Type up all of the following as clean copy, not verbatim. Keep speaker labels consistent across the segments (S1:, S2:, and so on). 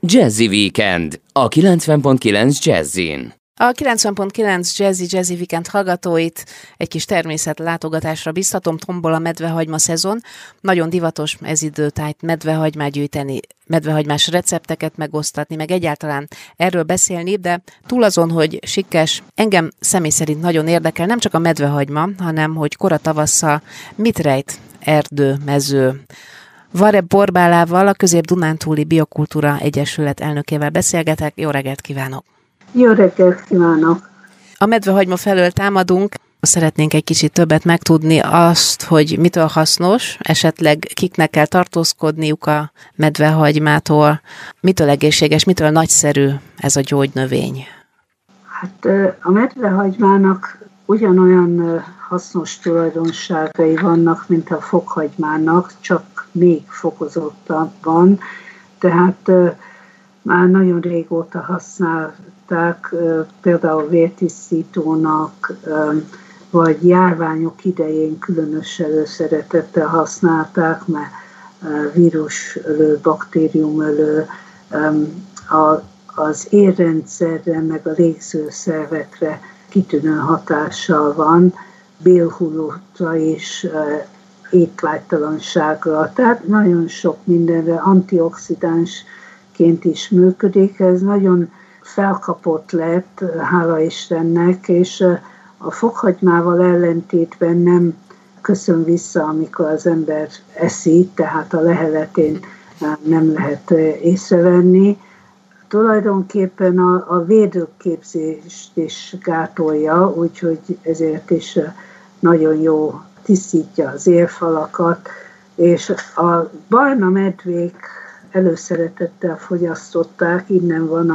S1: Jazzy Weekend a 90.9 Jazzin.
S2: A 90.9 Jazzy Weekend hallgatóit egy kis természetlátogatásra biztatom. Tombol a medvehagyma szezon. Nagyon divatos ez időtájt medvehagymát gyűjteni, medvehagymás recepteket megosztatni, meg egyáltalán erről beszélni, de túl azon, hogy sikkes, engem személy szerint nagyon érdekel nem csak a medvehagyma, hanem hogy kora tavasszal mit rejt erdő, mező. Varreb Borbálával, a Közép-Dunántúli Biokultúra Egyesület elnökével beszélgetek. Jó reggelt kívánok!
S3: Jó reggelt kívánok!
S2: A medvehagyma felől támadunk. Szeretnénk egy kicsit többet megtudni azt, hogy mitől hasznos, esetleg kiknek kell tartózkodniuk a medvehagymától, mitől egészséges, mitől nagyszerű ez a gyógynövény.
S3: Hát a medvehagymának ugyanolyan hasznos tulajdonságai vannak, mint a fokhagymának, csak még fokozottabban. Tehát már nagyon régóta használták, például vértisztítónak, vagy járványok idején különös előszeretettel használták, mert vírusölő, baktériumölő, az érrendszerre, meg a légzőszervekre kitűnő hatással van, bélhullótra is, étvágytalanságra, tehát nagyon sok mindenre, antioxidánsként is működik. Ez nagyon felkapott lett, hála Istennek, és a fokhagymával ellentétben nem köszön vissza, amikor az ember eszi, tehát a leheletén nem lehet észrevenni. Tulajdonképpen a védőképzést is gátolja, úgyhogy ezért is nagyon jó, tisztítja az érfalakat, és a barna medvék előszeretettel fogyasztották, innen van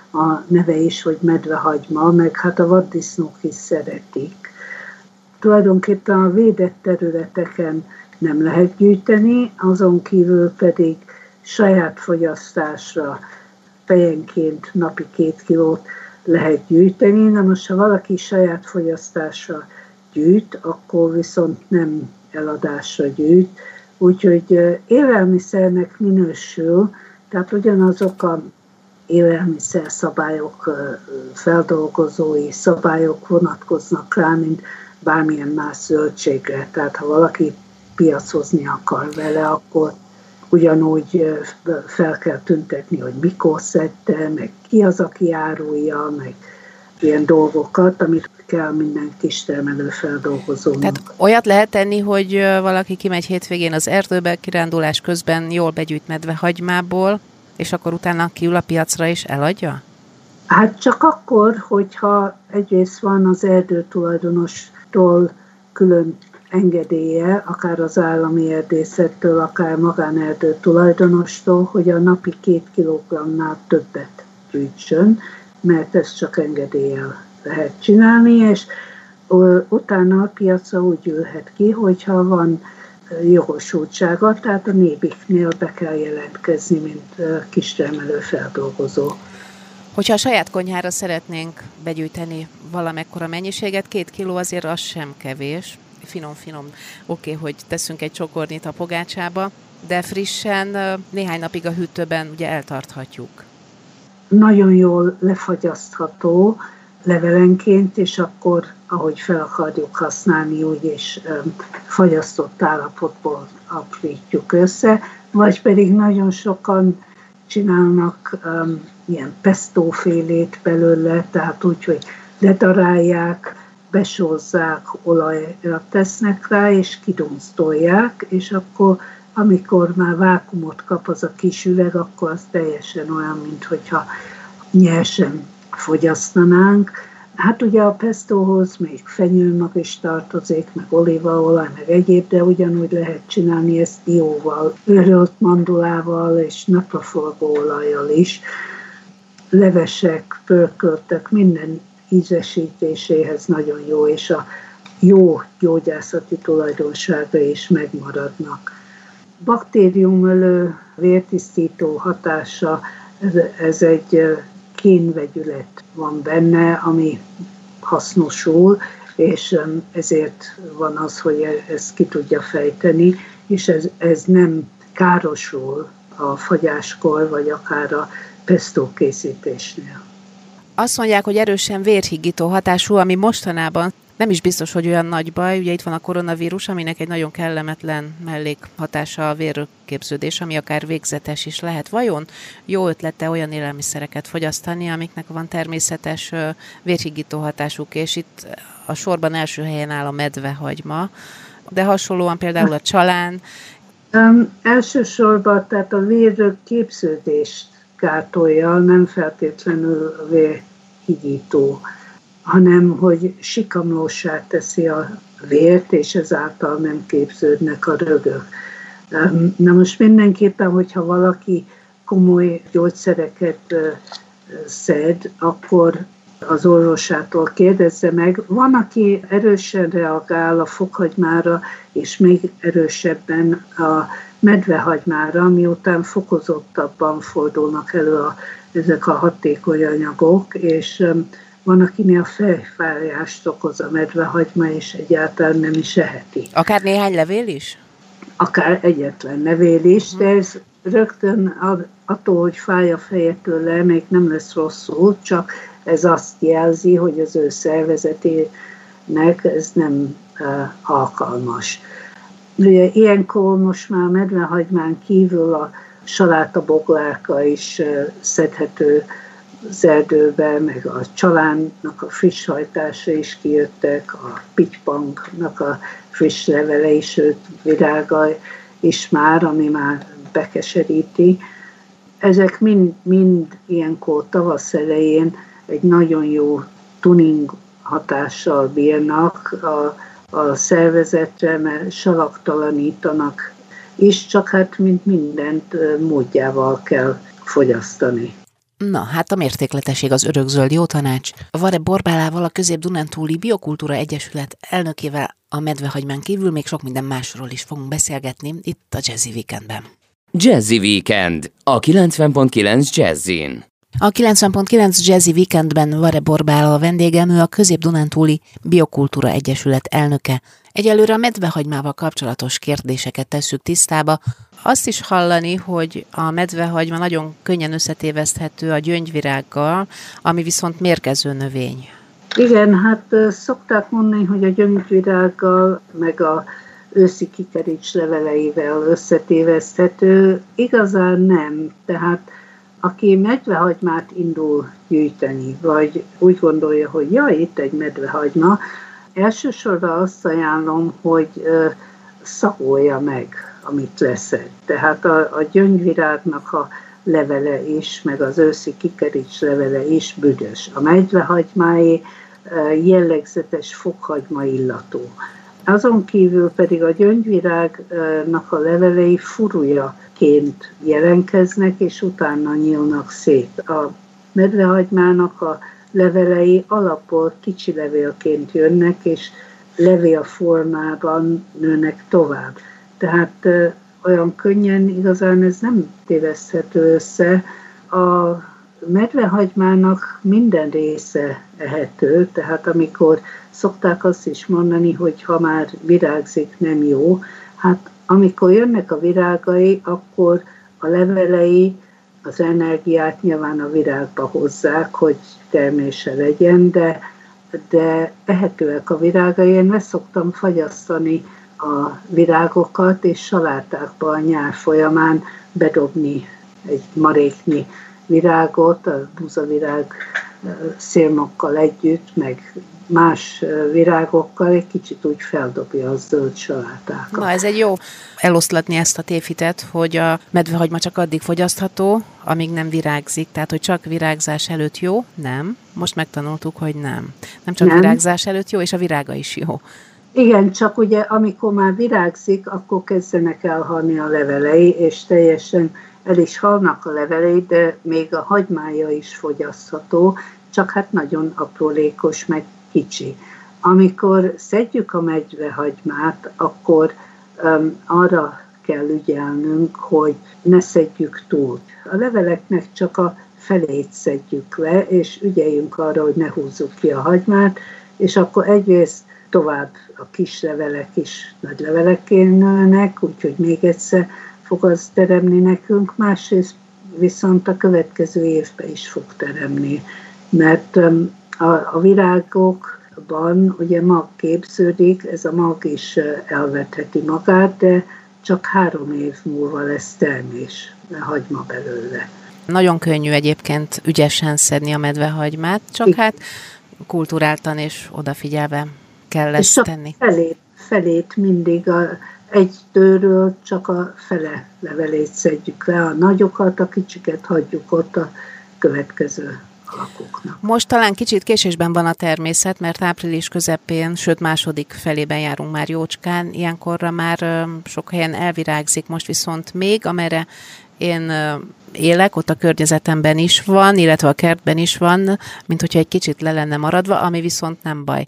S3: a neve is, hogy medvehagyma, meg hát a vaddisznók is szeretik. Tulajdonképpen a védett területeken nem lehet gyűjteni, azon kívül pedig saját fogyasztásra fejenként napi 2 kilót lehet gyűjteni. Na most, ha valaki saját fogyasztásra gyűjt, akkor viszont nem eladásra gyűjt. Úgyhogy élelmiszernek minősül, tehát ugyanazok a élelmiszer szabályok, feldolgozói szabályok vonatkoznak rá, mint bármilyen más zöldségre. Tehát ha valaki piacozni akar vele, akkor ugyanúgy fel kell tüntetni, hogy mikor szedte, meg ki az, aki árulja, meg ilyen dolgokat, amit kell minden kistermelő feldolgozónak.
S2: Tehát olyat lehet tenni, hogy valaki kimegy hétvégén az erdőbe, kirándulás közben jól begyűjt medvehagymából, és akkor utána kiül a piacra és eladja?
S3: Hát csak akkor, hogyha egyrészt van az erdőtulajdonostól külön engedélye, akár az állami erdészettől, akár magánerdő tulajdonostól, hogy a napi 2 kilogramnál többet gyűjtsön, mert ezt csak engedéllyel lehet csinálni, és utána a piacra úgy ülhet ki, hogyha van jogosultsága, tehát a nébiknél be kell jelentkezni, mint kistermelő feldolgozó.
S2: Hogyha a saját konyhára szeretnénk begyűjteni valamekkora mennyiséget, 2 kiló azért az sem kevés. Finom, oké, hogy teszünk egy csokornyit a pogácsába, de frissen néhány napig a hűtőben ugye eltarthatjuk.
S3: Nagyon jól lefagyasztható levelenként, és akkor, ahogy fel akarjuk használni, úgyis fagyasztott állapotból aprítjuk össze, vagy pedig nagyon sokan csinálnak ilyen pestófélét belőle, tehát úgy, hogy ledarálják, besózzák, olajra tesznek rá, és kidunsztolják, és akkor, amikor már vákuumot kap az a kis üveg, akkor az teljesen olyan, mintha nyersen fogyasztanánk. Hát ugye a pestóhoz még fenyőmag is tartozik, meg olívaolaj, meg egyéb, de ugyanúgy lehet csinálni ezt dióval, őrölt mandulával és napraforgóolajjal is. Levesek, pörköltek, minden ízesítéséhez nagyon jó, és a jó gyógyászati tulajdonsága is megmaradnak. Baktériumölő, vértisztító hatása, ez egy kénvegyület van benne, ami hasznosul, és ezért van az, hogy ezt ki tudja fejteni, és ez nem károsul a fagyáskor, vagy akár a pesto készítésnél.
S2: Azt mondják, hogy erősen vérhigító hatású, ami mostanában nem is biztos, hogy olyan nagy baj. Ugye itt van a koronavírus, aminek egy nagyon kellemetlen mellékhatása a vérrögképződés, ami akár végzetes is lehet. Vajon jó ötlete olyan élelmiszereket fogyasztani, amiknek van természetes vérhigító hatásuk, és itt a sorban első helyen áll a medvehagyma, de hasonlóan például a csalán.
S3: Elsősorban tehát a vérrögképződést gátolja, nem feltétlenül a vérhigító, hanem hogy sikamlóssá teszi a vért, és ezáltal nem képződnek a rögök. Na most mindenképpen, hogyha valaki komoly gyógyszereket szed, akkor az orvosától kérdezze meg. Van, aki erősen reagál a fokhagymára, és még erősebben a medvehagymára, miután fokozottabban fordulnak elő ezek a hatékony anyagok, és van, akinél fejfájást okoz a medvehagyma, és egyáltalán nem is eheti.
S2: Akár néhány levél is?
S3: Akár egyetlen levél is, de ez rögtön attól, hogy fáj a feje tőle, még nem lesz rosszul, csak ez azt jelzi, hogy az ő szervezetének ez nem alkalmas. Ugye ilyenkor most már a medvehagymán kívül a salátaboglárka is szedhető az erdőbe, meg a csalánnak a friss hajtása is kijöttek, a pitypangnak a friss levelei, sőt virága is már, ami már bekeseríti. Ezek mind ilyenkor tavasz elején egy nagyon jó tuning hatással bírnak a szervezetre, mert salagtalanítanak is, csak hát mint mindent módjával kell fogyasztani.
S2: Na, hát a mértékletesség az örökzöld jó tanács. Vare Borbálával, a Közép-Dunántúli Biokultúra Egyesület elnökével a medvehagymán kívül még sok minden másról is fogunk beszélgetni itt a Jazzy Weekendben.
S1: Jazzy Weekend a 90.9 Jazzin.
S2: A 90.9 Jazzy Weekendben Vare Borbála a vendégem, ő a Közép-Dunántúli Biokultúra Egyesület elnöke. Egyelőre a medvehagymával kapcsolatos kérdéseket tesszük tisztába. Azt is hallani, hogy a medvehagyma nagyon könnyen összetéveszthető a gyöngyvirággal, ami viszont mérgező növény.
S3: Igen, hát szokták mondani, hogy a gyöngyvirággal, meg a őszi kikerics leveleivel összetéveszthető. Igazán nem, tehát aki medvehagymát indul gyűjteni, vagy úgy gondolja, hogy jaj, itt egy medvehagyma, elsősorban azt ajánlom, hogy szagolja meg, amit leszed. Tehát a gyöngyvirágnak a levele is, meg az őszi kikerics levele is büdös. A medvehagymáé jellegzetes fokhagyma illatú. Azon kívül pedig a gyöngyvirágnak a levelei furulyaként jelentkeznek, és utána nyílnak szét. A medvehagymának a levelei alapból kicsi levélként jönnek, és levél formában nőnek tovább. Tehát olyan könnyen igazán ez nem téveszthető össze. A medvehagymának minden része ehető, tehát amikor szokták azt is mondani, hogy ha már virágzik, nem jó, hát amikor jönnek a virágai, akkor a levelei az energiát nyilván a virágba hozzák, hogy termése legyen, de ehetőek a virágai. Én meg szoktam fagyasztani a virágokat, és salátákba a nyár folyamán bedobni egy maréknyi virágot, a búzavirág szélmokkal együtt, meg más virágokkal, egy kicsit úgy feldobja a zöld salátákat.
S2: Na, ez egy jó eloszlatni ezt a tévhitet, hogy a medvehagyma csak addig fogyasztható, amíg nem virágzik. Tehát, hogy csak virágzás előtt jó? Nem. Most megtanultuk, hogy nem. Nem csak virágzás előtt jó, és a virága is jó.
S3: Igen, csak ugye amikor már virágzik, akkor kezdenek elhalni a levelei, és teljesen el is halnak a levelei, de még a hagymája is fogyasztható, csak hát nagyon aprólékos, meg kicsi. Amikor szedjük a medvehagymát, akkor arra kell ügyelnünk, hogy ne szedjük túl. A leveleknek csak a felét szedjük le, és ügyeljünk arra, hogy ne húzzuk ki a hagymát, és akkor egyrészt tovább a kis levelek is nagy levelekként nőnek, úgyhogy még egyszer fog az teremni nekünk, másrészt viszont a következő évben is fog teremni, mert a virágokban ugye mag képződik, ez a mag is elvetheti magát, de csak 3 év múlva lesz termés, hagyma belőle.
S2: Nagyon könnyű egyébként ügyesen szedni a medvehagymát, csak hát kulturáltan és odafigyelve kell ezt tenni.
S3: Felét mindig egy tőről csak a fele levelét szedjük le, a nagyokat, a kicsiket hagyjuk ott a következő alakoknak.
S2: Most talán kicsit késésben van a természet, mert április közepén, sőt második felében járunk már jócskán, ilyenkorra már sok helyen elvirágzik, most viszont még, amerre én élek, ott a környezetemben is van, illetve a kertben is van, mint hogyha egy kicsit le lenne maradva, ami viszont nem baj.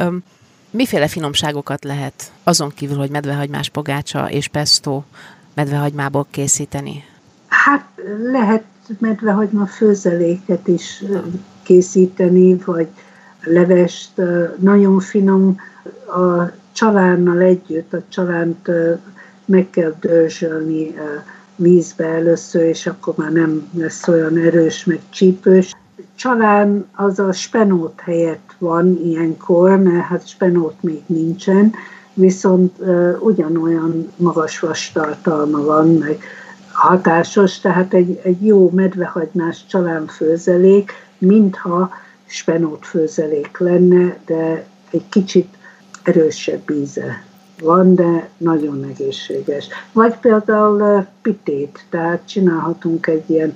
S2: Miféle finomságokat lehet azon kívül, hogy medvehagymás pogácsa és pesto medvehagymából készíteni?
S3: Hát lehet medvehagyma főzeléket is készíteni, vagy levest, nagyon finom, a csalánnal együtt, a csalánt meg kell dörzsölni vízbe először, és akkor már nem lesz olyan erős, meg csípős. Csalán az a spenót helyett van ilyenkor, mert hát spenót még nincsen, viszont ugyanolyan magas vastartalma van, meg hatásos, tehát egy jó medvehagymás csalánfőzelék, mintha spenót főzelék lenne, de egy kicsit erősebb íze van, de nagyon egészséges. Vagy például pitét, tehát csinálhatunk egy ilyen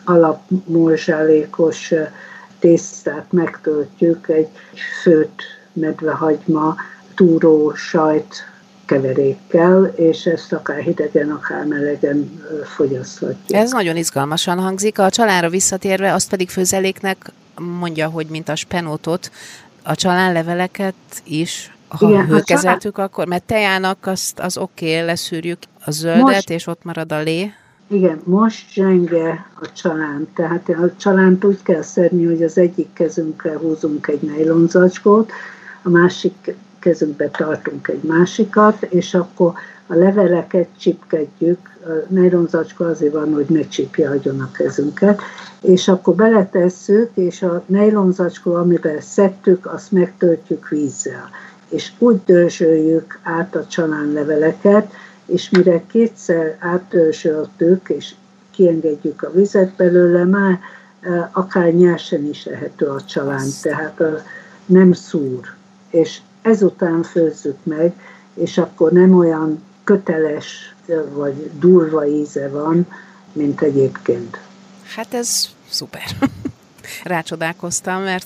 S3: alapmorzsálékos tésztát, megtöltjük egy főtt medvehagyma túró sajt keverékkel, és ezt akár hidegen, akár melegen fogyaszthatjuk.
S2: Ez nagyon izgalmasan hangzik. A csalánra visszatérve, azt pedig főzeléknek mondja, hogy mint a spenótot, a csalánleveleket is, ha hőkezeltük, akkor, mert tejának az oké, leszűrjük a zöldet, most, és ott marad a lé.
S3: Igen, most zsenge a csalán, tehát a csalánt úgy kell szedni, hogy az egyik kezünkre húzunk egy nejlonzacskót, a másik kezünkbe tartunk egy másikat, és akkor a leveleket csipkedjük, a nejlonzacskó azért van, hogy ne csipjeljon a kezünket, és akkor beletesszük, és a nejlonzacskó, amiben szedtük, azt megtöltjük vízzel. És úgy dörzsöljük át a csalánleveleket, és mire kétszer átdörzsöltük, és kiengedjük a vizet belőle, már akár nyersen is ehető a csalán, tehát nem szúr. És ezután főzzük meg, és akkor nem olyan köteles vagy durva íze van, mint egyébként.
S2: Hát ez szuper. Rácsodálkoztam, mert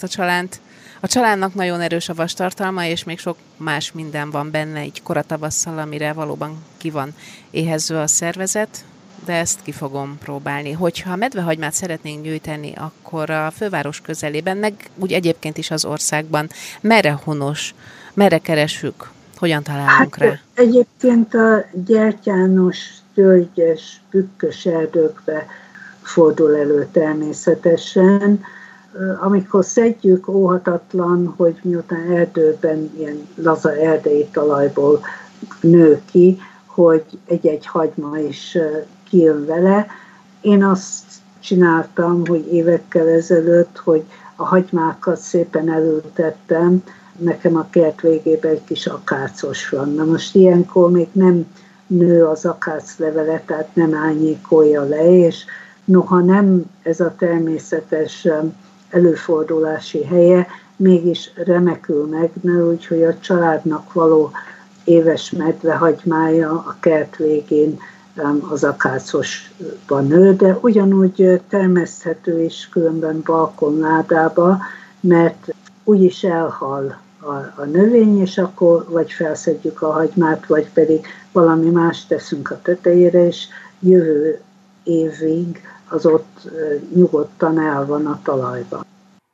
S2: a csalánnak nagyon erős a vastartalma, és még sok más minden van benne, így koratavasszal, amire valóban ki van éhezve a szervezet, de ezt ki fogom próbálni. Hogyha medvehagymát szeretnénk gyűjteni, akkor a főváros közelében, meg úgy egyébként is az országban, merre honos, merre keresünk, hogyan találunk rá?
S3: Egyébként a gyertyános, tölgyes, bükkös erdőkbe fordul elő természetesen. Amikor szedjük, óhatatlan, hogy miután erdőben ilyen laza erdei talajból nő ki, hogy egy-egy hagyma is kijön vele. Én azt csináltam, hogy évekkel ezelőtt, hogy a hagymákat szépen elültettem, nekem a kert végében egy kis akácos van. Na most ilyenkor még nem nő az akáclevele, tehát nem árnyékolja le, és noha nem ez a természetes előfordulási helye, mégis remekül megnő, úgyhogy a családnak való éves medvehagymája a kert végén az akácosban nő, de ugyanúgy termeszthető is különben balkonládába, mert úgyis elhal a növény, és akkor vagy felszedjük a hagymát, vagy pedig valami más teszünk a tetejére, és jövő évig az ott nyugodtan el van a talajban.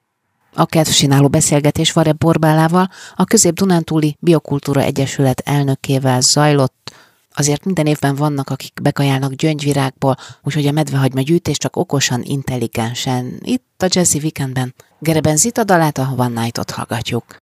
S2: A kedvcsináló beszélgetés Varebb Borbálával, a Közép-Dunántúli Biokultúra Egyesület elnökével zajlott. Azért minden évben vannak, akik bekajálnak gyöngyvirágból, úgyhogy a medvehagyma gyűjtés csak okosan, intelligensen. Itt a Jazzy Weekendben Gereben Zita dalát, a One Night-ot hallgatjuk.